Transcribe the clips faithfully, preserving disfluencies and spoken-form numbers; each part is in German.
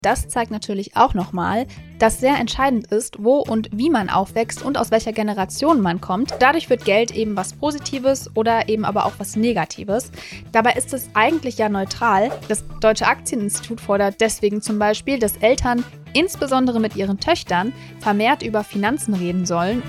Das zeigt natürlich auch nochmal, dass sehr entscheidend ist, wo und wie man aufwächst und aus welcher Generation man kommt. Dadurch wird Geld eben was Positives oder eben aber auch was Negatives. Dabei ist es eigentlich ja neutral. Das Deutsche Aktieninstitut fordert deswegen zum Beispiel, dass Eltern insbesondere mit ihren Töchtern vermehrt über Finanzen reden sollen.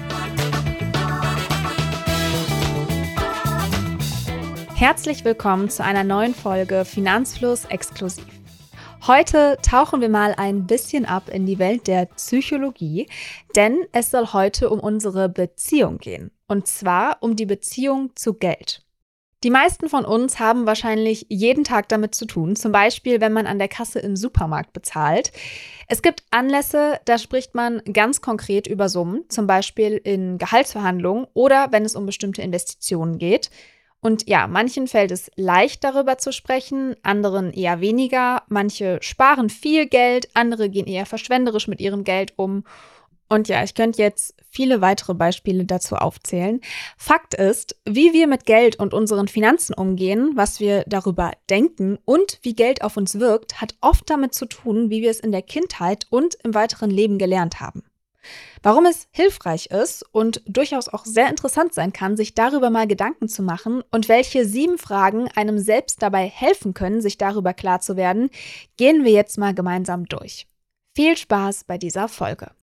Herzlich willkommen zu einer neuen Folge Finanzfluss exklusiv. Heute tauchen wir mal ein bisschen ab in die Welt der Psychologie, denn es soll heute um unsere Beziehung gehen. Und zwar um die Beziehung zu Geld. Die meisten von uns haben wahrscheinlich jeden Tag damit zu tun, zum Beispiel, wenn man an der Kasse im Supermarkt bezahlt. Es gibt Anlässe, da spricht man ganz konkret über Summen, zum Beispiel in Gehaltsverhandlungen oder wenn es um bestimmte Investitionen geht. Und ja, manchen fällt es leicht, darüber zu sprechen, anderen eher weniger. Manche sparen viel Geld, andere gehen eher verschwenderisch mit ihrem Geld um. Und ja, ich könnte jetzt viele weitere Beispiele dazu aufzählen. Fakt ist, wie wir mit Geld und unseren Finanzen umgehen, was wir darüber denken und wie Geld auf uns wirkt, hat oft damit zu tun, wie wir es in der Kindheit und im weiteren Leben gelernt haben. Warum es hilfreich ist und durchaus auch sehr interessant sein kann, sich darüber mal Gedanken zu machen und welche sieben Fragen einem selbst dabei helfen können, sich darüber klar zu werden, gehen wir jetzt mal gemeinsam durch. Viel Spaß bei dieser Folge!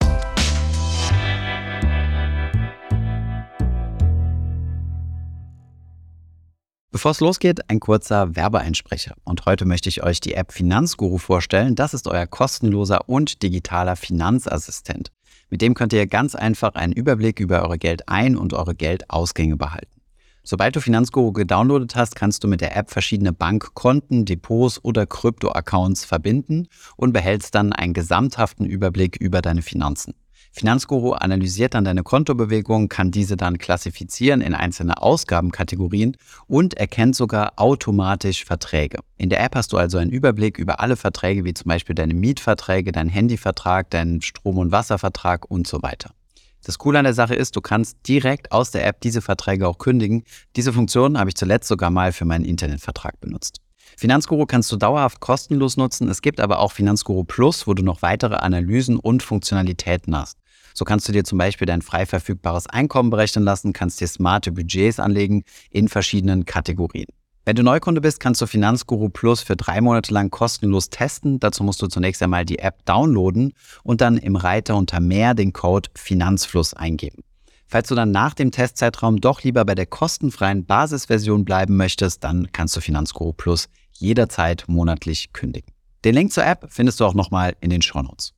Bevor es losgeht, ein kurzer Werbeeinsprecher. Und heute möchte ich euch die App Finanzguru vorstellen. Das ist euer kostenloser und digitaler Finanzassistent. Mit dem könnt ihr ganz einfach einen Überblick über eure Geldein- und eure Geldausgänge behalten. Sobald du Finanzguru gedownloadet hast, kannst du mit der App verschiedene Bankkonten, Depots oder Krypto-Accounts verbinden und behältst dann einen gesamthaften Überblick über deine Finanzen. Finanzguru analysiert dann deine Kontobewegungen, kann diese dann klassifizieren in einzelne Ausgabenkategorien und erkennt sogar automatisch Verträge. In der App hast du also einen Überblick über alle Verträge, wie zum Beispiel deine Mietverträge, deinen Handyvertrag, deinen Strom- und Wasservertrag und so weiter. Das Coole an der Sache ist, du kannst direkt aus der App diese Verträge auch kündigen. Diese Funktion habe ich zuletzt sogar mal für meinen Internetvertrag benutzt. Finanzguru kannst du dauerhaft kostenlos nutzen. Es gibt aber auch Finanzguru Plus, wo du noch weitere Analysen und Funktionalitäten hast. So kannst du dir zum Beispiel dein frei verfügbares Einkommen berechnen lassen, kannst dir smarte Budgets anlegen in verschiedenen Kategorien. Wenn du Neukunde bist, kannst du Finanzguru Plus für drei Monate lang kostenlos testen. Dazu musst du zunächst einmal die App downloaden und dann im Reiter unter Mehr den Code Finanzfluss eingeben. Falls du dann nach dem Testzeitraum doch lieber bei der kostenfreien Basisversion bleiben möchtest, dann kannst du Finanzguru Plus jederzeit monatlich kündigen. Den Link zur App findest du auch nochmal in den Shownotes.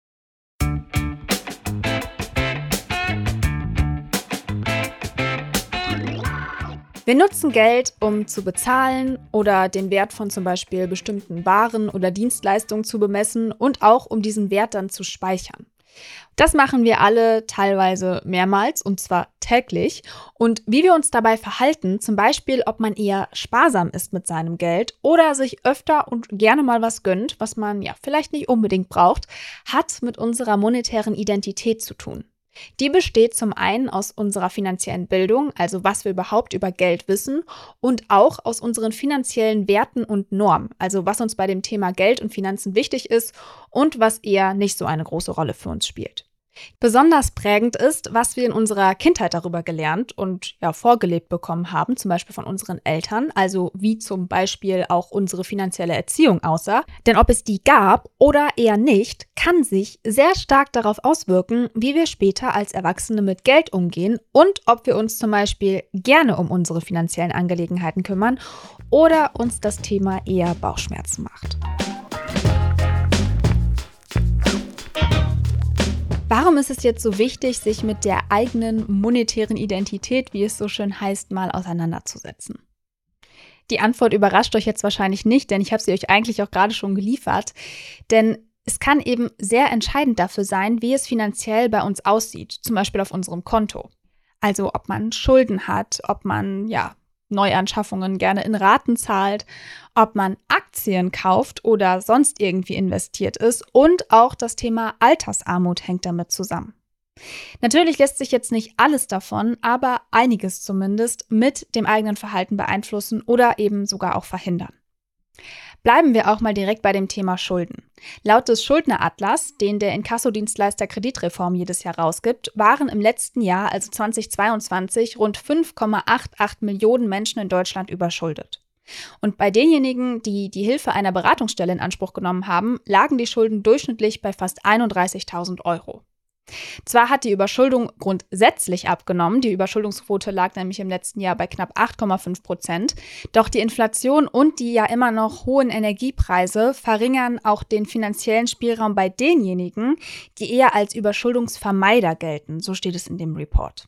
Wir nutzen Geld, um zu bezahlen oder den Wert von zum Beispiel bestimmten Waren oder Dienstleistungen zu bemessen und auch um diesen Wert dann zu speichern. Das machen wir alle teilweise mehrmals und zwar täglich. Und wie wir uns dabei verhalten, zum Beispiel ob man eher sparsam ist mit seinem Geld oder sich öfter und gerne mal was gönnt, was man ja vielleicht nicht unbedingt braucht, hat mit unserer monetären Identität zu tun. Die besteht zum einen aus unserer finanziellen Bildung, also was wir überhaupt über Geld wissen, und auch aus unseren finanziellen Werten und Normen, also was uns bei dem Thema Geld und Finanzen wichtig ist und was eher nicht so eine große Rolle für uns spielt. Besonders prägend ist, was wir in unserer Kindheit darüber gelernt und ja vorgelebt bekommen haben, zum Beispiel von unseren Eltern, also wie zum Beispiel auch unsere finanzielle Erziehung aussah. Denn ob es die gab oder eher nicht, kann sich sehr stark darauf auswirken, wie wir später als Erwachsene mit Geld umgehen und ob wir uns zum Beispiel gerne um unsere finanziellen Angelegenheiten kümmern oder uns das Thema eher Bauchschmerzen macht. Warum ist es jetzt so wichtig, sich mit der eigenen monetären Identität, wie es so schön heißt, mal auseinanderzusetzen? Die Antwort überrascht euch jetzt wahrscheinlich nicht, denn ich habe sie euch eigentlich auch gerade schon geliefert. Denn es kann eben sehr entscheidend dafür sein, wie es finanziell bei uns aussieht, zum Beispiel auf unserem Konto. Also ob man Schulden hat, ob man ja Neuanschaffungen gerne in Raten zahlt, ob man Aktien kauft oder sonst irgendwie investiert ist und auch das Thema Altersarmut hängt damit zusammen. Natürlich lässt sich jetzt nicht alles davon, aber einiges zumindest mit dem eigenen Verhalten beeinflussen oder eben sogar auch verhindern. Bleiben wir auch mal direkt bei dem Thema Schulden. Laut des Schuldneratlas, den der Inkassodienstleister Kreditreform jedes Jahr rausgibt, waren im letzten Jahr, also zweitausendzweiundzwanzig, rund fünf Komma achtundachtzig Millionen Menschen in Deutschland überschuldet. Und bei denjenigen, die die Hilfe einer Beratungsstelle in Anspruch genommen haben, lagen die Schulden durchschnittlich bei fast einunddreißigtausend Euro. Zwar hat die Überschuldung grundsätzlich abgenommen, die Überschuldungsquote lag nämlich im letzten Jahr bei knapp acht Komma fünf Prozent, doch die Inflation und die ja immer noch hohen Energiepreise verringern auch den finanziellen Spielraum bei denjenigen, die eher als Überschuldungsvermeider gelten, so steht es in dem Report.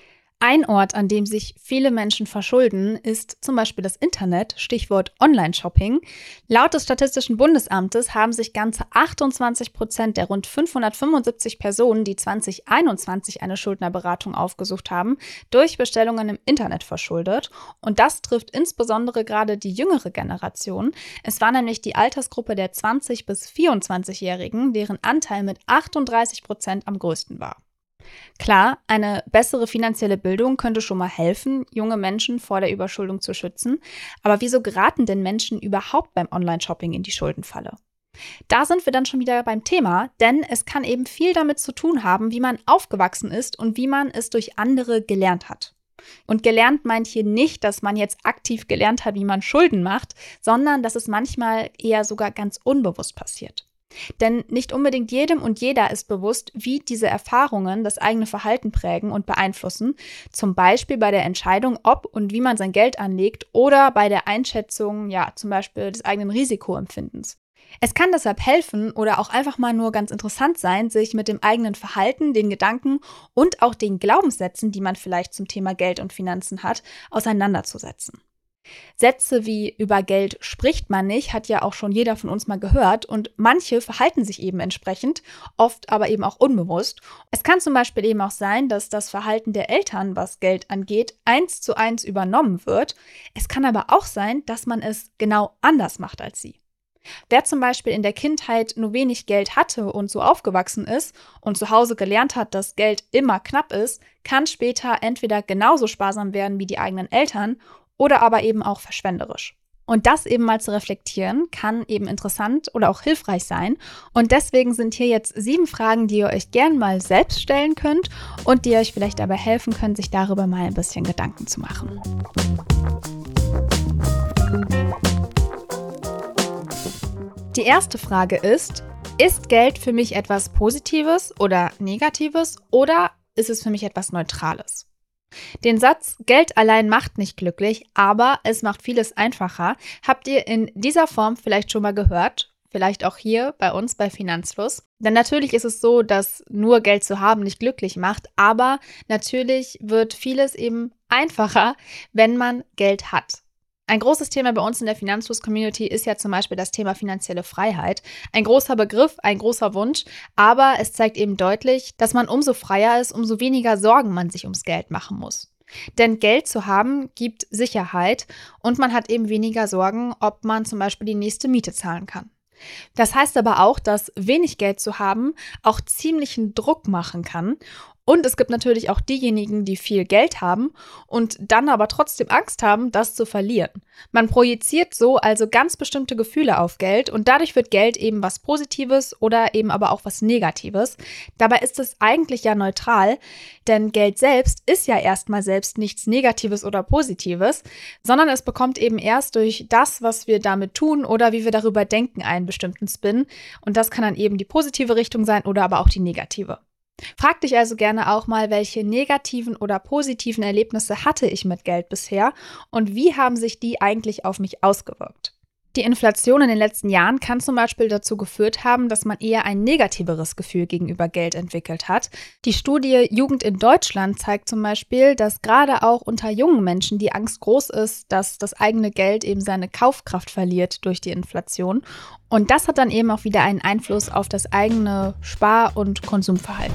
Ein Ort, an dem sich viele Menschen verschulden, ist zum Beispiel das Internet, Stichwort Online-Shopping. Laut des Statistischen Bundesamtes haben sich ganze achtundzwanzig Prozent der rund fünfhundertfünfundsiebzig Personen, die zwanzig einundzwanzig eine Schuldnerberatung aufgesucht haben, durch Bestellungen im Internet verschuldet. Und das trifft insbesondere gerade die jüngere Generation. Es war nämlich die Altersgruppe der zwanzig- bis vierundzwanzigjährigen, deren Anteil mit achtunddreißig Prozent am größten war. Klar, eine bessere finanzielle Bildung könnte schon mal helfen, junge Menschen vor der Überschuldung zu schützen. Aber wieso geraten denn Menschen überhaupt beim Online-Shopping in die Schuldenfalle? Da sind wir dann schon wieder beim Thema, denn es kann eben viel damit zu tun haben, wie man aufgewachsen ist und wie man es durch andere gelernt hat. Und gelernt meint hier nicht, dass man jetzt aktiv gelernt hat, wie man Schulden macht, sondern dass es manchmal eher sogar ganz unbewusst passiert. Denn nicht unbedingt jedem und jeder ist bewusst, wie diese Erfahrungen das eigene Verhalten prägen und beeinflussen, zum Beispiel bei der Entscheidung, ob und wie man sein Geld anlegt oder bei der Einschätzung, ja, zum Beispiel des eigenen Risikoempfindens. Es kann deshalb helfen oder auch einfach mal nur ganz interessant sein, sich mit dem eigenen Verhalten, den Gedanken und auch den Glaubenssätzen, die man vielleicht zum Thema Geld und Finanzen hat, auseinanderzusetzen. Sätze wie über Geld spricht man nicht, hat ja auch schon jeder von uns mal gehört und manche verhalten sich eben entsprechend, oft aber eben auch unbewusst. Es kann zum Beispiel eben auch sein, dass das Verhalten der Eltern, was Geld angeht, eins zu eins übernommen wird. Es kann aber auch sein, dass man es genau anders macht als sie. Wer zum Beispiel in der Kindheit nur wenig Geld hatte und so aufgewachsen ist und zu Hause gelernt hat, dass Geld immer knapp ist, kann später entweder genauso sparsam werden wie die eigenen Eltern oder aber eben auch verschwenderisch. Und das eben mal zu reflektieren, kann eben interessant oder auch hilfreich sein. Und deswegen sind hier jetzt sieben Fragen, die ihr euch gern mal selbst stellen könnt und die euch vielleicht dabei helfen können, sich darüber mal ein bisschen Gedanken zu machen. Die erste Frage ist, ist Geld für mich etwas Positives oder Negatives oder ist es für mich etwas Neutrales? Den Satz, Geld allein macht nicht glücklich, aber es macht vieles einfacher, habt ihr in dieser Form vielleicht schon mal gehört, vielleicht auch hier bei uns bei Finanzfluss. Denn natürlich ist es so, dass nur Geld zu haben nicht glücklich macht, aber natürlich wird vieles eben einfacher, wenn man Geld hat. Ein großes Thema bei uns in der Finanzfluss-Community ist ja zum Beispiel das Thema finanzielle Freiheit. Ein großer Begriff, ein großer Wunsch, aber es zeigt eben deutlich, dass man umso freier ist, umso weniger Sorgen man sich ums Geld machen muss. Denn Geld zu haben gibt Sicherheit und man hat eben weniger Sorgen, ob man zum Beispiel die nächste Miete zahlen kann. Das heißt aber auch, dass wenig Geld zu haben auch ziemlichen Druck machen kann. Und es gibt natürlich auch diejenigen, die viel Geld haben und dann aber trotzdem Angst haben, das zu verlieren. Man projiziert so also ganz bestimmte Gefühle auf Geld und dadurch wird Geld eben was Positives oder eben aber auch was Negatives. Dabei ist es eigentlich ja neutral, denn Geld selbst ist ja erstmal selbst nichts Negatives oder Positives, sondern es bekommt eben erst durch das, was wir damit tun oder wie wir darüber denken, einen bestimmten Spin. Und das kann dann eben die positive Richtung sein oder aber auch die negative. Frag dich also gerne auch mal, welche negativen oder positiven Erlebnisse hatte ich mit Geld bisher und wie haben sich die eigentlich auf mich ausgewirkt? Die Inflation in den letzten Jahren kann zum Beispiel dazu geführt haben, dass man eher ein negativeres Gefühl gegenüber Geld entwickelt hat. Die Studie Jugend in Deutschland zeigt zum Beispiel, dass gerade auch unter jungen Menschen die Angst groß ist, dass das eigene Geld eben seine Kaufkraft verliert durch die Inflation. Und das hat dann eben auch wieder einen Einfluss auf das eigene Spar- und Konsumverhalten.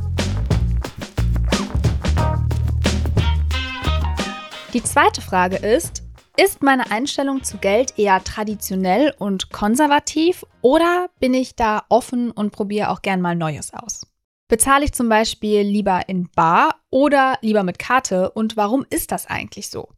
Die zweite Frage ist, ist meine Einstellung zu Geld eher traditionell und konservativ oder bin ich da offen und probiere auch gern mal Neues aus? Bezahle ich zum Beispiel lieber in bar oder lieber mit Karte und warum ist das eigentlich so?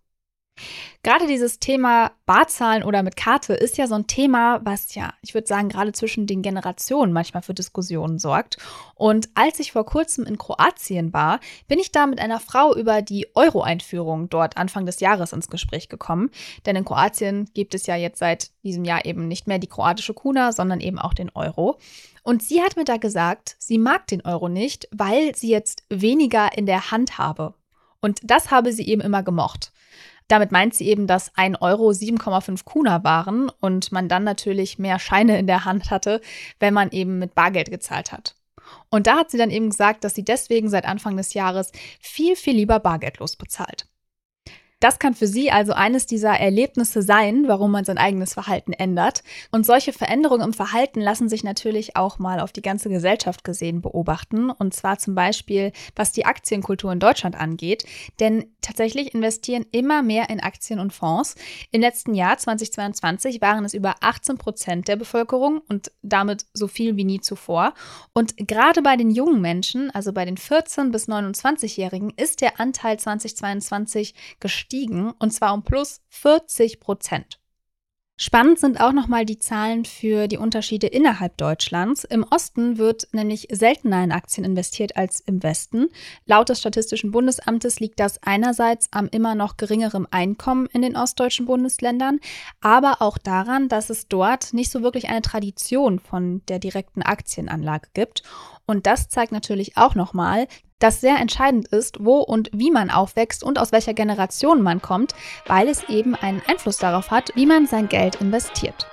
Gerade dieses Thema Barzahlen oder mit Karte ist ja so ein Thema, was ja, ich würde sagen, gerade zwischen den Generationen manchmal für Diskussionen sorgt. Und als ich vor kurzem in Kroatien war, bin ich da mit einer Frau über die Euro-Einführung dort Anfang des Jahres ins Gespräch gekommen. Denn in Kroatien gibt es ja jetzt seit diesem Jahr eben nicht mehr die kroatische Kuna, sondern eben auch den Euro. Und sie hat mir da gesagt, sie mag den Euro nicht, weil sie jetzt weniger in der Hand habe. Und das habe sie eben immer gemocht. Damit meint sie eben, dass ein Euro sieben Komma fünf Kuna waren und man dann natürlich mehr Scheine in der Hand hatte, wenn man eben mit Bargeld gezahlt hat. Und da hat sie dann eben gesagt, dass sie deswegen seit Anfang des Jahres viel, viel lieber bargeldlos bezahlt. Das kann für sie also eines dieser Erlebnisse sein, warum man sein eigenes Verhalten ändert. Und solche Veränderungen im Verhalten lassen sich natürlich auch mal auf die ganze Gesellschaft gesehen beobachten. Und zwar zum Beispiel, was die Aktienkultur in Deutschland angeht. Denn tatsächlich investieren immer mehr in Aktien und Fonds. Im letzten Jahr, zweitausendzweiundzwanzig, waren es über achtzehn Prozent der Bevölkerung und damit so viel wie nie zuvor. Und gerade bei den jungen Menschen, also bei den vierzehn- bis neunundzwanzigjährigen, ist der Anteil zweitausendzweiundzwanzig gestiegen. Und zwar um plus vierzig Prozent. Spannend sind auch nochmal die Zahlen für die Unterschiede innerhalb Deutschlands. Im Osten wird nämlich seltener in Aktien investiert als im Westen. Laut des Statistischen Bundesamtes liegt das einerseits am immer noch geringeren Einkommen in den ostdeutschen Bundesländern, aber auch daran, dass es dort nicht so wirklich eine Tradition von der direkten Aktienanlage gibt. Und das zeigt natürlich auch nochmal, dass sehr entscheidend ist, wo und wie man aufwächst und aus welcher Generation man kommt, weil es eben einen Einfluss darauf hat, wie man sein Geld investiert.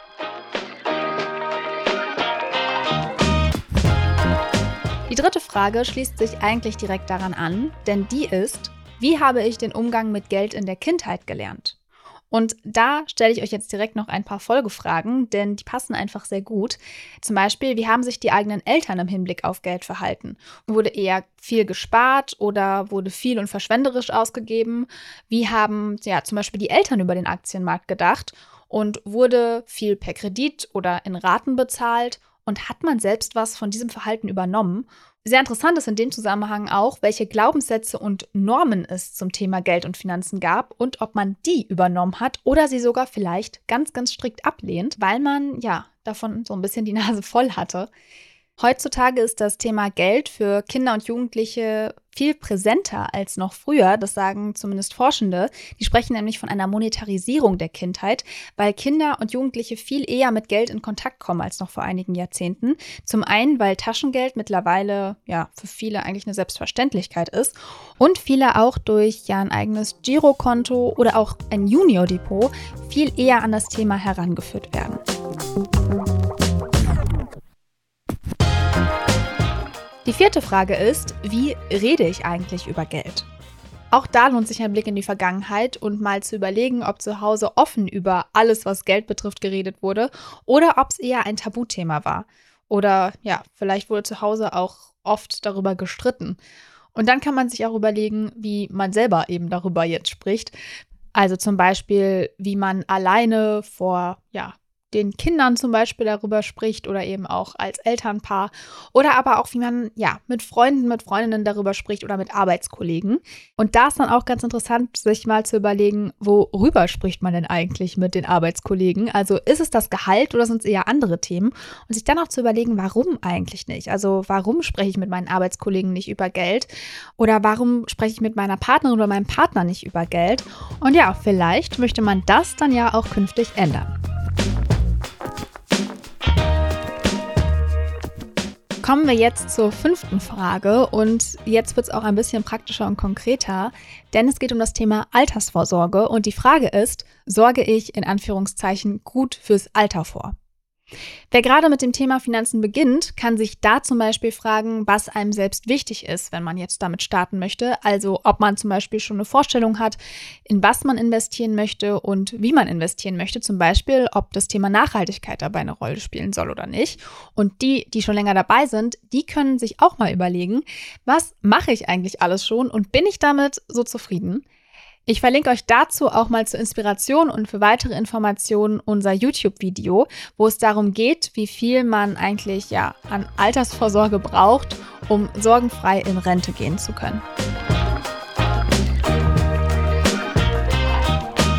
Die dritte Frage schließt sich eigentlich direkt daran an, denn die ist, wie habe ich den Umgang mit Geld in der Kindheit gelernt? Und da stelle ich euch jetzt direkt noch ein paar Folgefragen, denn die passen einfach sehr gut. Zum Beispiel, wie haben sich die eigenen Eltern im Hinblick auf Geld verhalten? Wurde eher viel gespart oder wurde viel und verschwenderisch ausgegeben? Wie haben ja zum Beispiel die Eltern über den Aktienmarkt gedacht? Und wurde viel per Kredit oder in Raten bezahlt? Und hat man selbst was von diesem Verhalten übernommen? Sehr interessant ist in dem Zusammenhang auch, welche Glaubenssätze und Normen es zum Thema Geld und Finanzen gab und ob man die übernommen hat oder sie sogar vielleicht ganz, ganz strikt ablehnt, weil man ja davon so ein bisschen die Nase voll hatte. Heutzutage ist das Thema Geld für Kinder und Jugendliche viel präsenter als noch früher, das sagen zumindest Forschende. Die sprechen nämlich von einer Monetarisierung der Kindheit, weil Kinder und Jugendliche viel eher mit Geld in Kontakt kommen als noch vor einigen Jahrzehnten. Zum einen, weil Taschengeld mittlerweile ja für viele eigentlich eine Selbstverständlichkeit ist und viele auch durch ja ein eigenes Girokonto oder auch ein Junior-Depot viel eher an das Thema herangeführt werden. Die vierte Frage ist, wie rede ich eigentlich über Geld? Auch da lohnt sich ein Blick in die Vergangenheit und mal zu überlegen, ob zu Hause offen über alles, was Geld betrifft, geredet wurde oder ob es eher ein Tabuthema war. Oder ja, vielleicht wurde zu Hause auch oft darüber gestritten. Und dann kann man sich auch überlegen, wie man selber eben darüber jetzt spricht. Also zum Beispiel, wie man alleine vor, ja, den Kindern zum Beispiel darüber spricht oder eben auch als Elternpaar oder aber auch, wie man ja mit Freunden, mit Freundinnen darüber spricht oder mit Arbeitskollegen. Und da ist dann auch ganz interessant, sich mal zu überlegen, worüber spricht man denn eigentlich mit den Arbeitskollegen? Also ist es das Gehalt oder sind es eher andere Themen? Und sich dann auch zu überlegen, warum eigentlich nicht? Also warum spreche ich mit meinen Arbeitskollegen nicht über Geld? Oder warum spreche ich mit meiner Partnerin oder meinem Partner nicht über Geld? Und ja, vielleicht möchte man das dann ja auch künftig ändern. Kommen wir jetzt zur fünften Frage und jetzt wird es auch ein bisschen praktischer und konkreter, denn es geht um das Thema Altersvorsorge und die Frage ist, sorge ich in Anführungszeichen gut fürs Alter vor? Wer gerade mit dem Thema Finanzen beginnt, kann sich da zum Beispiel fragen, was einem selbst wichtig ist, wenn man jetzt damit starten möchte. Also ob man zum Beispiel schon eine Vorstellung hat, in was man investieren möchte und wie man investieren möchte. Zum Beispiel, ob das Thema Nachhaltigkeit dabei eine Rolle spielen soll oder nicht. Und die, die schon länger dabei sind, die können sich auch mal überlegen, was mache ich eigentlich alles schon und bin ich damit so zufrieden? Ich verlinke euch dazu auch mal zur Inspiration und für weitere Informationen unser YouTube-Video, wo es darum geht, wie viel man eigentlich ja an Altersvorsorge braucht, um sorgenfrei in Rente gehen zu können.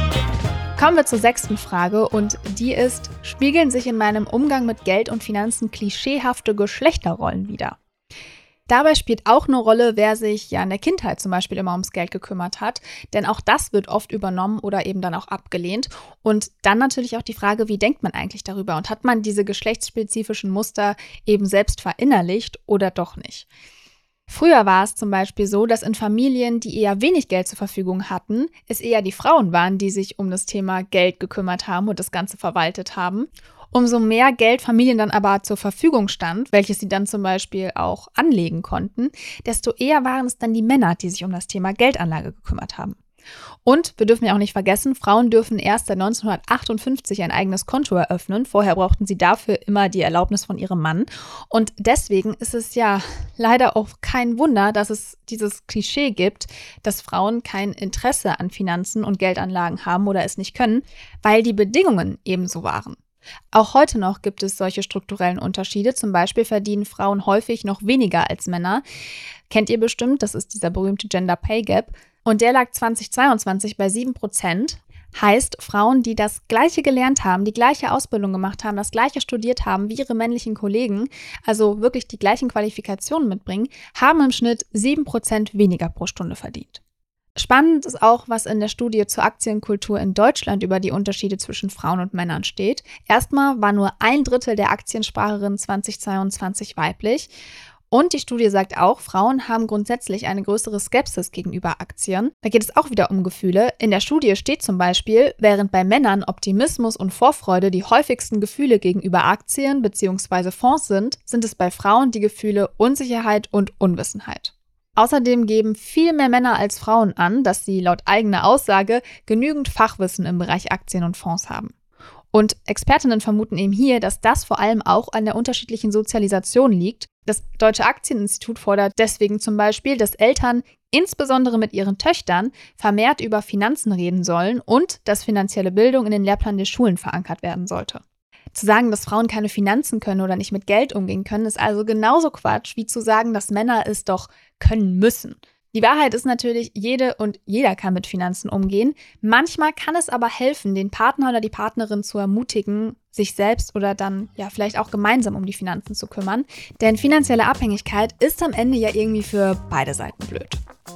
Kommen wir zur sechsten Frage und die ist, spiegeln sich in meinem Umgang mit Geld und Finanzen klischeehafte Geschlechterrollen wider? Dabei spielt auch eine Rolle, wer sich ja in der Kindheit zum Beispiel immer ums Geld gekümmert hat, denn auch das wird oft übernommen oder eben dann auch abgelehnt. Und dann natürlich auch die Frage, wie denkt man eigentlich darüber und hat man diese geschlechtsspezifischen Muster eben selbst verinnerlicht oder doch nicht? Früher war es zum Beispiel so, dass in Familien, die eher wenig Geld zur Verfügung hatten, es eher die Frauen waren, die sich um das Thema Geld gekümmert haben und das Ganze verwaltet haben. Umso mehr Geld Familien dann aber zur Verfügung stand, welches sie dann zum Beispiel auch anlegen konnten, desto eher waren es dann die Männer, die sich um das Thema Geldanlage gekümmert haben. Und wir dürfen ja auch nicht vergessen, Frauen dürfen erst seit neunzehnhundertachtundfünfzig ein eigenes Konto eröffnen. Vorher brauchten sie dafür immer die Erlaubnis von ihrem Mann. Und deswegen ist es ja leider auch kein Wunder, dass es dieses Klischee gibt, dass Frauen kein Interesse an Finanzen und Geldanlagen haben oder es nicht können, weil die Bedingungen ebenso waren. Auch heute noch gibt es solche strukturellen Unterschiede. Zum Beispiel verdienen Frauen häufig noch weniger als Männer. Kennt ihr bestimmt, das ist dieser berühmte Gender Pay Gap. Und der lag zweitausendzweiundzwanzig bei sieben Prozent. Heißt, Frauen, die das Gleiche gelernt haben, die gleiche Ausbildung gemacht haben, das Gleiche studiert haben wie ihre männlichen Kollegen, also wirklich die gleichen Qualifikationen mitbringen, haben im Schnitt sieben Prozent weniger pro Stunde verdient. Spannend ist auch, was in der Studie zur Aktienkultur in Deutschland über die Unterschiede zwischen Frauen und Männern steht. Erstmal war nur ein Drittel der Aktiensparerinnen zweitausendzweiundzwanzig weiblich. Und die Studie sagt auch, Frauen haben grundsätzlich eine größere Skepsis gegenüber Aktien. Da geht es auch wieder um Gefühle. In der Studie steht zum Beispiel, während bei Männern Optimismus und Vorfreude die häufigsten Gefühle gegenüber Aktien bzw. Fonds sind, sind es bei Frauen die Gefühle Unsicherheit und Unwissenheit. Außerdem geben viel mehr Männer als Frauen an, dass sie laut eigener Aussage genügend Fachwissen im Bereich Aktien und Fonds haben. Und Expertinnen vermuten eben hier, dass das vor allem auch an der unterschiedlichen Sozialisation liegt. Das Deutsche Aktieninstitut fordert deswegen zum Beispiel, dass Eltern insbesondere mit ihren Töchtern vermehrt über Finanzen reden sollen und dass finanzielle Bildung in den Lehrplan der Schulen verankert werden sollte. Zu sagen, dass Frauen keine Finanzen können oder nicht mit Geld umgehen können, ist also genauso Quatsch, wie zu sagen, dass Männer es doch können müssen. Die Wahrheit ist natürlich, jede und jeder kann mit Finanzen umgehen. Manchmal kann es aber helfen, den Partner oder die Partnerin zu ermutigen, sich selbst oder dann ja vielleicht auch gemeinsam um die Finanzen zu kümmern. Denn finanzielle Abhängigkeit ist am Ende ja irgendwie für beide Seiten blöd.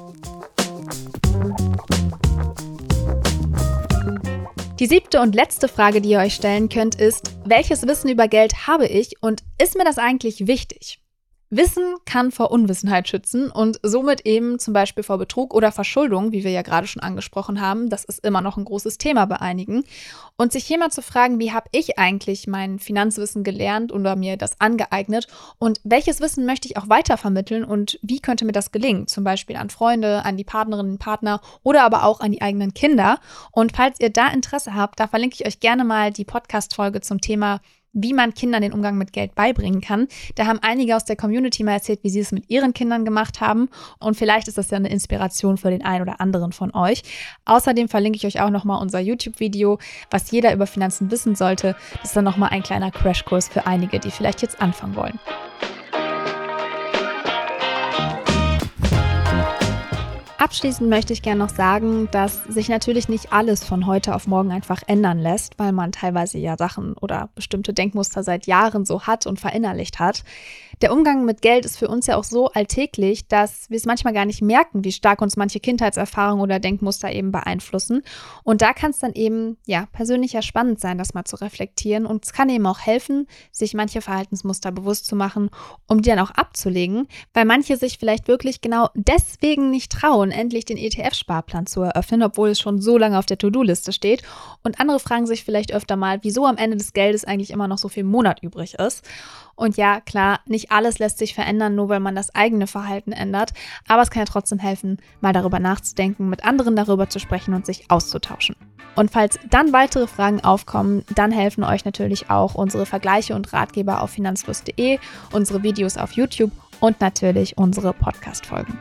Die siebte und letzte Frage, die ihr euch stellen könnt, ist, welches Wissen über Geld habe ich und ist mir das eigentlich wichtig? Wissen kann vor Unwissenheit schützen und somit eben zum Beispiel vor Betrug oder Verschuldung, wie wir ja gerade schon angesprochen haben. Das ist immer noch ein großes Thema bei einigen. Und sich hier mal zu fragen, wie habe ich eigentlich mein Finanzwissen gelernt oder mir das angeeignet und welches Wissen möchte ich auch weitervermitteln und wie könnte mir das gelingen? Zum Beispiel an Freunde, an die Partnerinnen, Partner oder aber auch an die eigenen Kinder. Und falls ihr da Interesse habt, da verlinke ich euch gerne mal die Podcast-Folge zum Thema wie man Kindern den Umgang mit Geld beibringen kann. Da haben einige aus der Community mal erzählt, wie sie es mit ihren Kindern gemacht haben. Und vielleicht ist das ja eine Inspiration für den einen oder anderen von euch. Außerdem verlinke ich euch auch nochmal unser YouTube-Video, was jeder über Finanzen wissen sollte. Das ist dann nochmal ein kleiner Crashkurs für einige, die vielleicht jetzt anfangen wollen. Abschließend möchte ich gerne noch sagen, dass sich natürlich nicht alles von heute auf morgen einfach ändern lässt, weil man teilweise ja Sachen oder bestimmte Denkmuster seit Jahren so hat und verinnerlicht hat. Der Umgang mit Geld ist für uns ja auch so alltäglich, dass wir es manchmal gar nicht merken, wie stark uns manche Kindheitserfahrungen oder Denkmuster eben beeinflussen. Und da kann es dann eben ja persönlich ja spannend sein, das mal zu reflektieren. Und es kann eben auch helfen, sich manche Verhaltensmuster bewusst zu machen, um die dann auch abzulegen, weil manche sich vielleicht wirklich genau deswegen nicht trauen, endlich den E T F-Sparplan zu eröffnen, obwohl es schon so lange auf der To-Do-Liste steht. Und andere fragen sich vielleicht öfter mal, wieso am Ende des Geldes eigentlich immer noch so viel im Monat übrig ist. Und ja, klar, nicht alles lässt sich verändern, nur weil man das eigene Verhalten ändert. Aber es kann ja trotzdem helfen, mal darüber nachzudenken, mit anderen darüber zu sprechen und sich auszutauschen. Und falls dann weitere Fragen aufkommen, dann helfen euch natürlich auch unsere Vergleiche und Ratgeber auf finanzfluss punkt de, unsere Videos auf YouTube und natürlich unsere Podcast-Folgen.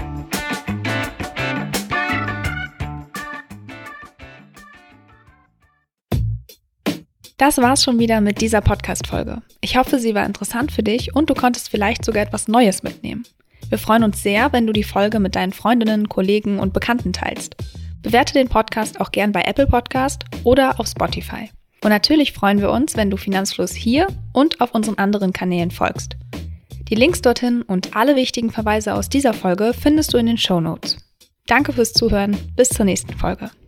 Das war's schon wieder mit dieser Podcast-Folge. Ich hoffe, sie war interessant für dich und du konntest vielleicht sogar etwas Neues mitnehmen. Wir freuen uns sehr, wenn du die Folge mit deinen Freundinnen, Kollegen und Bekannten teilst. Bewerte den Podcast auch gern bei Apple Podcast oder auf Spotify. Und natürlich freuen wir uns, wenn du Finanzfluss hier und auf unseren anderen Kanälen folgst. Die Links dorthin und alle wichtigen Verweise aus dieser Folge findest du in den Shownotes. Danke fürs Zuhören, bis zur nächsten Folge.